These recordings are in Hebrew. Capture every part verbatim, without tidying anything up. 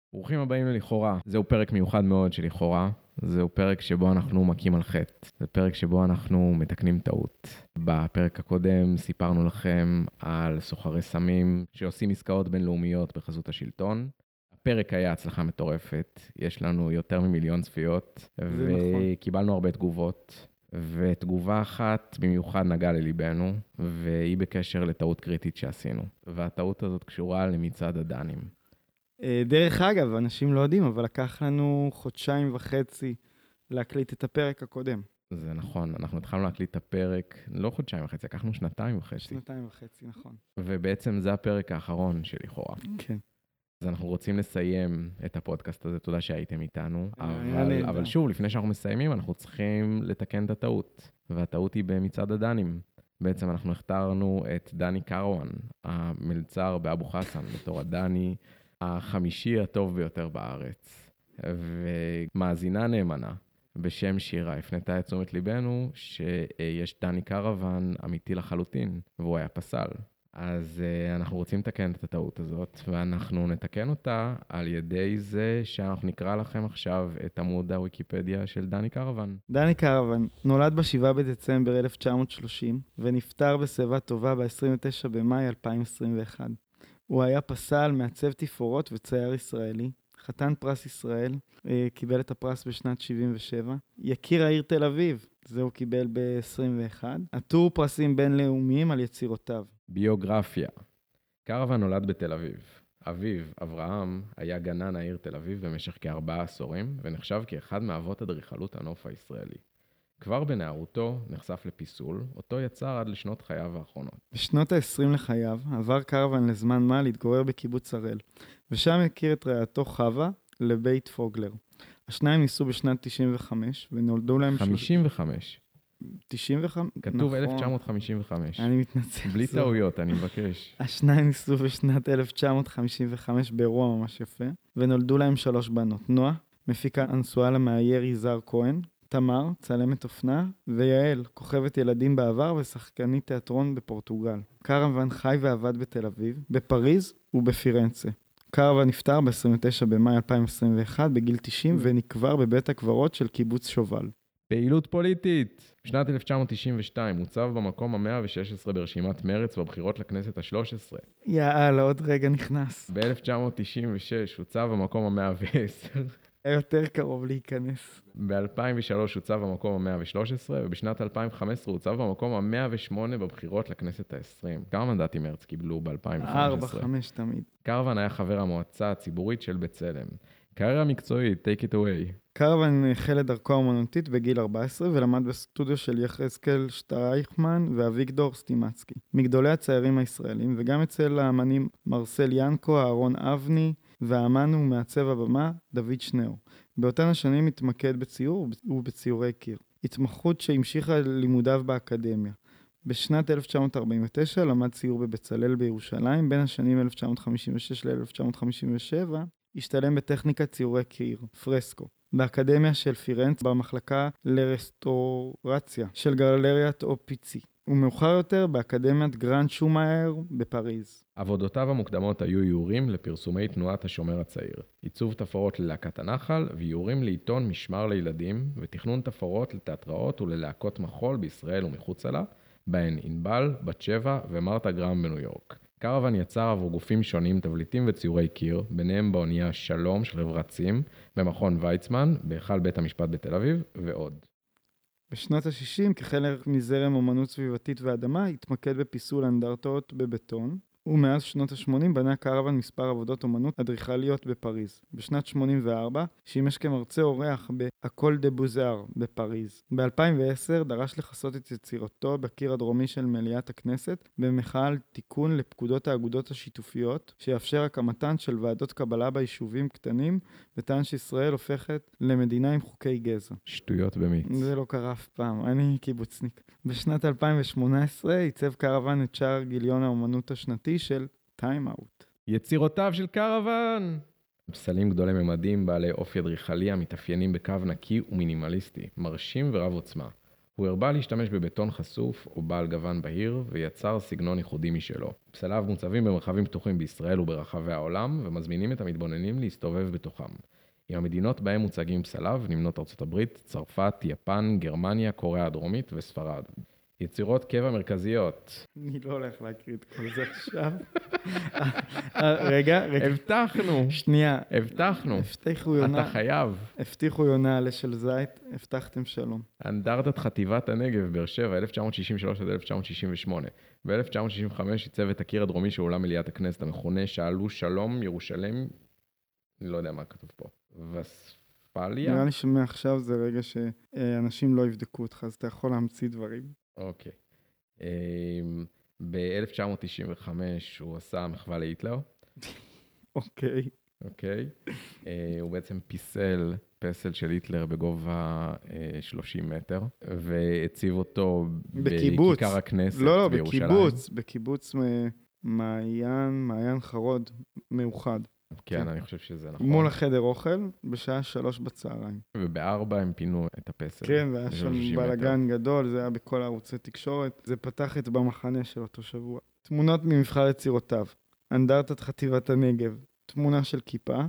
ברוכים הבאים ללכאורה. זהו פרק מיוחד מאוד של לכאורה. זהו פרק שבו אנחנו מכים על חטא. זה פרק שבו אנחנו מתקנים טעות. בפרק הקודם סיפרנו לכם על סוחרי סמים שעושים עסקאות בינלאומיות בחסות השלטון. הפרק היה הצלחה מטורפת. יש לנו יותר ממיליון צפיות. וקיבלנו נכון. הרבה תגובות. ותגובה אחת במיוחד נגעה לליבנו, והיא בקשר לטעות קריטית שעשינו. והטעות הזאת קשורה למצעד הדנים. דרך אגב, אנשים לא יודעים, אבל לקח לנו חודשיים וחצי להקליט את הפרק הקודם. זה נכון, אנחנו התחלנו להקליט את הפרק, לא חודשיים וחצי, לקחנו שנתיים וחצי. שנתיים וחצי, נכון. ובעצם זה הפרק האחרון של לכאורה. כן. אז אנחנו רוצים לסיים את הפודקאסט הזה, תודה שהייתם איתנו. אבל, אבל שוב, לפני שאנחנו מסיימים, אנחנו צריכים לתקן את הטעות. והטעות היא במצעד הדנים. בעצם אנחנו הכתרנו את דני קרוון, המלצר באבו חסן, בתור הדני החמישי הטוב ביותר בארץ. ומאזינה נאמנה בשם שירה הפנתה את תשומת ליבנו שיש דני קרוון אמיתי לחלוטין, והוא היה פסל. אז uh, אנחנו רוצים לתקן את הטעות הזאת, ואנחנו נתקן אותה על ידי זה שאנחנו נקרא לכם עכשיו את עמוד הוויקיפדיה של דני קרוון. דני קרוון נולד ב-שבעה בדצמבר אלף תשע מאות שלושים, ונפטר בשיבה טובה ב-עשרים ותשעה במאי אלפיים עשרים ואחת. הוא היה פסל, מעצב תפאורות וצייר ישראלי, חתן פרס ישראל, קיבל את הפרס בשנת שבעים ושבע. יקיר העיר תל אביב, זה הוא קיבל ב-עשרים ואחת. עטור פרסים בינלאומיים על יצירותיו. ביוגרפיה. קרוון נולד בתל אביב. אביו, אברהם, היה גנן העיר תל אביב במשך כארבעה עשורים, ונחשב כאחד מאבות אדריכלות הנוף הישראלי. כבר בנערותו נחשף לפיסול, אותו יצר עד לשנות חייו האחרונות. בשנות ה-עשרים לחייו עבר קרוון לזמן מה להתגורר בקיבוץ הראל, ושם הכיר את רעייתו חווה לבית פוגלר. השניים ניסו בשנת תשעים וחמש, ונולדו להם... חמישים וחמש. תשעים וחמש? כתוב נכון. אלף תשע מאות חמישים וחמש. אני מתנצל. בלי טעויות, אני מבקש. השניים ניסו בשנת אלף תשע מאות חמישים וחמש באירוע ממש יפה, ונולדו להם שלוש בנות. נועה, מפיקה אנסואלה מהייר יזהר כהן, תמר, צלמת אופנה, ויעל, כוכבת ילדים בעבר ושחקנית תיאטרון בפורטוגל. קרוון חי ועבד בתל אביב, בפריז ובפירנצה. קרוון נפטר ב-עשרים ותשעה במאי אלפיים עשרים ואחת בגיל תשעים ונקבר בבית הקברות של קיבוץ שובל. פעילות פוליטית. בשנת אלף תשע מאות תשעים ושתיים הוצב במקום ה-מאה ושש עשרה ברשימת מרץ בבחירות לכנסת ה-שלוש עשרה. יאללה, עוד רגע נכנס. ב-אלף תשע מאות תשעים ושש הוצב במקום ה-מאה ועשר. היה יותר קרוב להיכנס. ב-אלפיים ושלוש הוצב במקום ה-מאה ושלוש עשרה, ובשנת אלפיים וחמש עשרה הוצב במקום ה-מאה ושמונה בבחירות לכנסת ה-עשרים. כמה מנדטים מרץ קיבלו ב-אלפיים וחמש עשרה? ארבע, חמש תמיד. קרוון היה חבר המועצה הציבורית של בצלם. קריירה מקצועית, take it away. קרוון החל את דרכו האמנותית בגיל ארבע עשרה, ולמד בסטודיו של יחזקאל שטרייכמן ואביגדור סטימצקי, מגדולי הציירים הישראלים, וגם אצל האמנים מרסל ינקו, אהרון אבני, והאמן הוא מעצב הבמה דוד שנאו. באותן השנים התמקד בציור ובציורי קיר. התמחות שהמשיכה לימודיו באקדמיה. בשנת אלף תשע מאות ארבעים ותשע למד ציור בבצלאל בירושלים, בין השנים אלף תשע מאות חמישים ושש ל-אלף תשע מאות חמישים ושבע, השתלם בטכניקת ציורי קיר, פרסקו, באקדמיה של פירנץ, במחלקה לרסטורציה של גלריית אופיצי. ומאוחר יותר באקדמיית גרנד שומאייר בפריז. עבודותיו המוקדמות היו איורים לפרסומי תנועת השומר הצעיר, עיצוב תפאורות ללהקת הנחל ואיורים לעיתון משמר לילדים ותכנון תפאורות לתיאטראות וללהקות מחול בישראל ומחוצה לה, בהן ענבל, בת שבע ומרתה גרם בניו יורק. קרוון יצר עבור גופים שונים תבליטים וציורי קיר, ביניהם באונייה שלום של חברת צים, במכון ויצמן, בהיכל בית המשפט בתל אביב ועוד. בשנות ה-שישים, כחלק מזרם אומנות סביבתית ואדמה, התמקד בפיסול אנדרטאות בבטון, ומאז שנות ה-שמונים בנה קרוון מספר עבודות אומנות אדריכליות בפריז. בשנת שמונים וארבע שימש כמרצה אורח באקול דה בוזאר בפריז. ב-אלפיים ועשר דרש לחסות את יצירתו בקיר הדרומי של מליאת הכנסת, במחאה על תיקון לפקודות האגודות השיתופיות, שיאפשר הקמתן של ועדות קבלה ביישובים קטנים, וטען שישראל הופכת למדינה עם חוקי גזע. שטויות במיץ. זה לא קרה אף פעם, אני קיבוצניק. בשנת אלפיים ושמונה עשרה עיצב קרוון את שער גיליון האומנות השנתי של טיים אאוט. יצירותיו של קרוון! פסלים גדולי ממדים בעלי אופי אדריכלי המתאפיינים בקו נקי ומינימליסטי, מרשים ורב עוצמה. הוא הרבה להשתמש בבטון חשוף או בעל גוון בהיר, ויצר סגנון ייחודי משלו. פסליו מוצבים במרחבים פתוחים בישראל וברחבי העולם, ומזמינים את המתבוננים להסתובב בתוכם. עם המדינות בהם מוצגים פסליו נמנות ארצות הברית, צרפת, יפן, גרמניה, קוריאה הדרומית וספרד. יצירות קבע מרכזיות. אני לא הולך להקריא את כל זה עכשיו. רגע, רגע. הבטחנו. שנייה. הבטחנו. הבטיחו יונה. אתה חייב. הבטיחו יונה עלה של זית, הבטחתם שלום. אנדרטת חטיבת הנגב, באר שבע, אלף תשע מאות שישים ושלוש עד אלף תשע מאות שישים ושמונה. ב-אלף תשע מאות שישים וחמש ייצב את הקיר הדרומי של אולם מליאת הכנסת המכונה שאלו שלום ירושלים. אני לא יודע מה כתוב פה. וספליה? נראה לי שמעכשיו זה רגע שאנשים לא יבדקו אותך, אז אתה יכול להמציא דברים. אוקיי. ב-אלף תשע מאות תשעים וחמש הוא עשה מחווה להיטלר. אוקיי. אוקיי. הוא בעצם פיסל פסל של היטלר בגובה שלושים מטר, והציב אותו בכיכר הכנסת לא, לא, בירושלים. בקיבוץ, בקיבוץ מעיין, מעיין חרוד, מאוחד. כן, אני חושב שזה נכון. מול החדר אוכל, בשעה שלוש בצהריים. ובארבע הם פינו את הפסל. כן, והיה שם בלגן גדול, זה היה בכל ערוצי תקשורת. זה פתח את במחנה של אותו שבוע. תמונות ממבחר יצירותיו. אנדרטת חטיבת הנגב. תמונה של כיפה.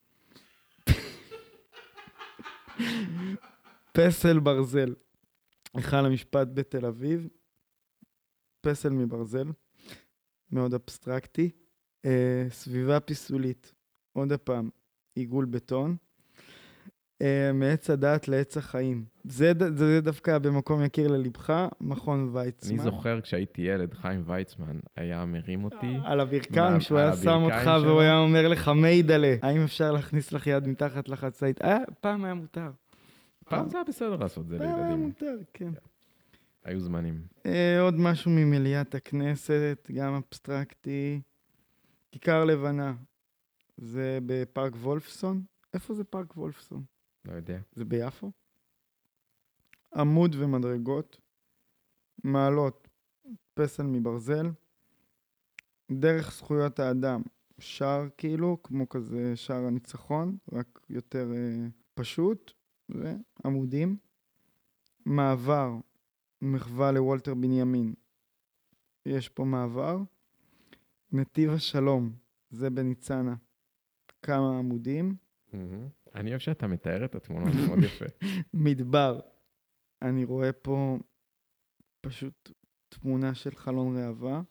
פסל ברזל. היכל המשפט בתל אביב. פסל מברזל. מאוד אבסטרקטי. אה, סביבה פיסולית, עוד הפעם, עיגול בטון, אה, מעץ הדעת לעץ החיים. זה, זה דווקא במקום יכיר ללבך, מכון ויצמן. אני זוכר כשהייתי ילד, חיים ויצמן היה מרים אותי. על הברכיים, שהוא היה שם אותך והוא היה אומר לך מידלה. האם אפשר להכניס לך יד מתחת לחצאית? אה, פעם היה מותר. פעם זה היה בסדר לעשות זה לילדים. פעם היה מותר, כן. היו זמנים. אה, עוד משהו ממליאת הכנסת, גם אבסטרקטי. כיכר לבנה, זה בפארק וולפסון? איפה זה פארק וולפסון? לא יודע. זה ביפו? עמוד ומדרגות, מעלות, פסל מברזל, דרך זכויות האדם, שער כאילו, כמו כזה שער הניצחון, רק יותר אה, פשוט, ועמודים, מעבר, מחווה לוולטר בנימין, יש פה מעבר, נתיב השלום, זה בניצנה. כמה עמודים. אני אוהב שאתה מתאר את התמונה, זה מאוד יפה. מדבר. אני רואה פה פשוט תמונה של חלון ראווה,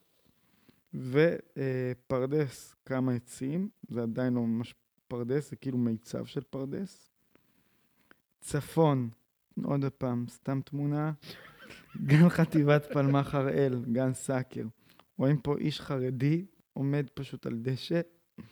ופרדס, כמה עצים, זה עדיין לא ממש פרדס, זה כאילו מיצב של פרדס. צפון, עוד הפעם, סתם תמונה. גן חטיבת פלמח הראל, גן סאקר. רואים פה איש חרדי, עומד פשוט על דשא.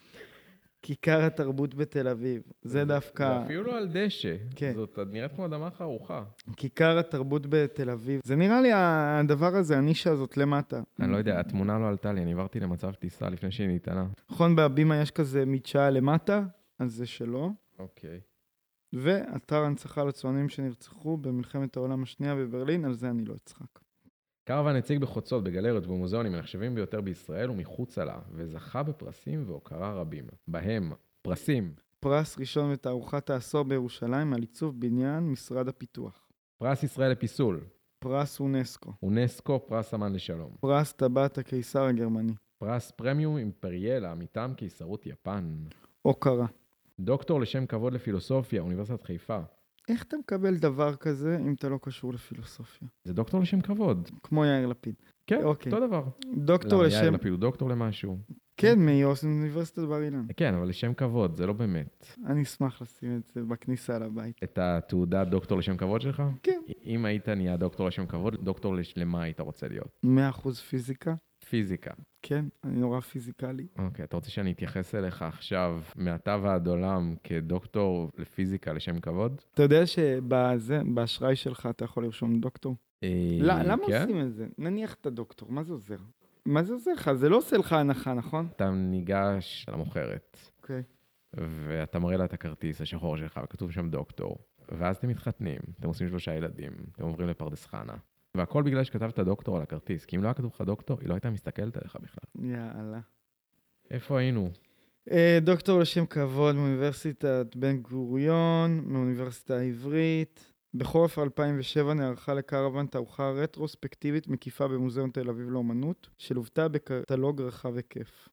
כיכר התרבות בתל אביב. זה דווקא... זה אפילו לא על דשא. כן. זאת נראית כמו אדמה חרוכה. כיכר התרבות בתל אביב. זה נראה לי הדבר הזה, הנישה הזאת למטה. אני לא יודע, התמונה לא עלתה לי, אני עברתי למצב טיסה לפני שהיא ניתנה. נכון, בהבימה יש כזה מדשאה למטה, אז זה שלו. אוקיי. ואתר הנצחה לצוענים שנרצחו במלחמת העולם השנייה בברלין, על זה אני לא אצחק. קרוון הציג בחוצות, בגלריות ובמוזיאונים הנחשבים ביותר בישראל ומחוצה לה, וזכה בפרסים והוקרה רבים. בהם פרסים. פרס ראשון בתערוכת העשור בירושלים על עיצוב בניין משרד הפיתוח. פרס ישראל לפיסול. פרס אונסקו. אונסקו, פרס אמן לשלום. פרס טבעת הקיסר הגרמני. פרס פרמיום אימפריאלה מטעם קיסרות יפן. הוקרה. דוקטור לשם כבוד לפילוסופיה, אוניברסיטת חיפה. איך אתה מקבל דבר כזה אם אתה לא קשור לפילוסופיה? זה דוקטור לשם כבוד. כמו יאיר לפיד. כן, אוקיי. אותו דבר. דוקטור לשם... יאיר לפיד הוא דוקטור למשהו. כן, מאוניברסיטת בר אילן. כן, אבל לשם כבוד, זה לא באמת. אני אשמח לשים את זה בכניסה לבית. את התעודת דוקטור לשם כבוד שלך? כן. אם היית נהיה דוקטור לשם כבוד, דוקטור למה היית רוצה להיות? מאה אחוז פיזיקה. פיזיקה. כן, אני נורא פיזיקלי. אוקיי, אתה רוצה שאני אתייחס אליך עכשיו, מעתה ועד עולם, כדוקטור לפיזיקה לשם כבוד? אתה יודע שבזה, באשראי שלך אתה יכול לרשום דוקטור? למה עושים את זה? נניח את הדוקטור, מה זה עוזר? מה זה עוזר לך? זה לא עושה לך הנחה, נכון? אתה ניגש למוכרת. אוקיי. ואתה מראה לה את הכרטיס השחור שלך, וכתוב שם דוקטור. ואז אתם מתחתנים, אתם עושים שלושה ילדים, אתם עוברים לפרדס חנה. והכל בגלל שכתבת דוקטור על הכרטיס, כי אם לא היה כתוב לך דוקטור, היא לא הייתה מסתכלת עליך בכלל. יאללה. איפה היינו? דוקטור לשם כבוד מאוניברסיטת בן גוריון, מאוניברסיטה העברית, בחורף אלפיים ושבע נערכה לקרוון תערוכה רטרוספקטיבית מקיפה במוזיאון תל אביב לאומנות, שלוותה בקטלוג רחב היקף.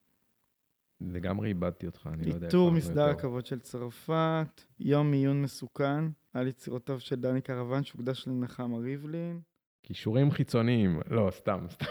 לגמרי איבדתי אותך, אני לא יודע. איתור מסדר הכבוד של צרפת, יום עיון מסוכן, על יצירותיו של דני קרוון שהוקדש לנחמה ריבלין. קישורים חיצוניים, לא, סתם, סתם.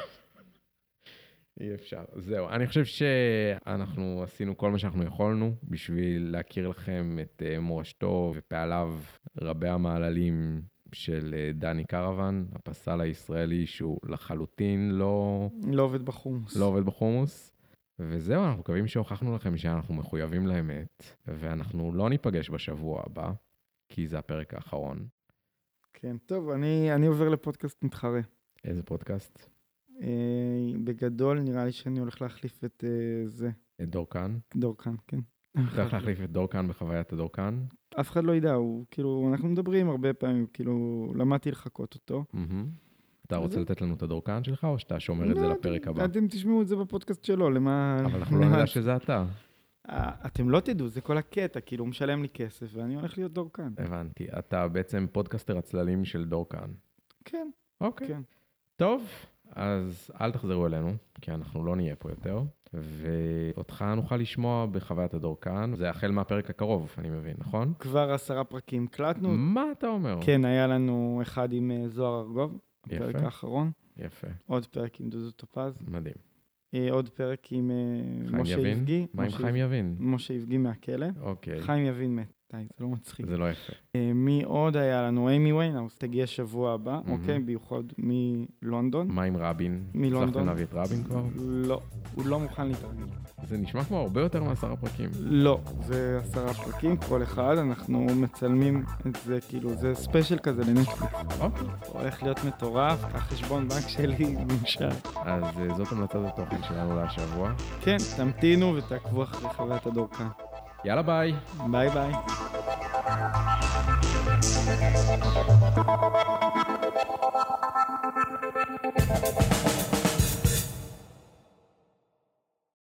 אי אפשר. זהו, אני חושב שאנחנו עשינו כל מה שאנחנו יכולנו בשביל להכיר לכם את מורשתו ופעליו רבי המעללים של דני קרוון, הפסל הישראלי שהוא לחלוטין לא... לא עובד בחומוס. לא עובד בחומוס. וזהו, אנחנו מקווים שהוכחנו לכם שאנחנו מחויבים לאמת, ואנחנו לא ניפגש בשבוע הבא, כי זה הפרק האחרון. כן, טוב, אני, אני עובר לפודקאסט מתחרה. איזה פודקאסט? אה, בגדול נראה לי שאני הולך להחליף את אה, זה. את דורקן? דורקן, כן. אתה הולך להחליף את דורקן בחוויית הדורקן? אף אחד לא ידע, הוא כאילו, אנחנו מדברים הרבה פעמים, כאילו, למדתי לחכות אותו. אתה רוצה לתת לנו את הדורקן שלך, או שאתה שומר את זה לפרק הבא? אתם תשמעו את זה בפודקאסט שלו, למה... אבל אנחנו לא נדע שזה אתה. אתם לא תדעו, זה כל הקטע, כאילו הוא משלם לי כסף, ואני הולך להיות דורקן. הבנתי, אתה בעצם פודקאסטר הצללים של דורקן. כן. אוקיי. טוב, אז אל תחזרו אלינו, כי אנחנו לא נהיה פה יותר, ואותך נוכל לשמוע בחוויית הדורקן. זה החל מהפרק הקרוב, אני מבין, נכון? כבר עשרה פרקים קלטנו. מה אתה אומר? כן, היה לנו אחד עם זוהר ארגוב, הפרק האחרון. יפה. עוד פרק עם דודו טופז. מדהים. עוד פרק עם משה יבגי. מה עם חיים יבין? משה יבגי מהכלא. אוקיי. חיים יבין מת. די, זה לא מצחיק. זה לא יפה. מי עוד היה לנו? אימי ויינהאוס, תגיע שבוע הבא, אוקיי, בייחוד מלונדון. מה עם רבין? מלונדון. הצלחתם להביא את רבין כבר? לא, הוא לא מוכן להתרגל. זה נשמע כמו הרבה יותר מעשרה פרקים. לא, זה עשרה פרקים, כל אחד, אנחנו מצלמים את זה, כאילו, זה ספיישל כזה לנטפליקס. אוקיי. הולך להיות מטורף, החשבון בנק שלי נמשל. אז זאת המלצת התוכן שלנו לשבוע. כן, תמתינו ותעקבו אחרי חוויית הדורקן. יאללה ביי. ביי ביי.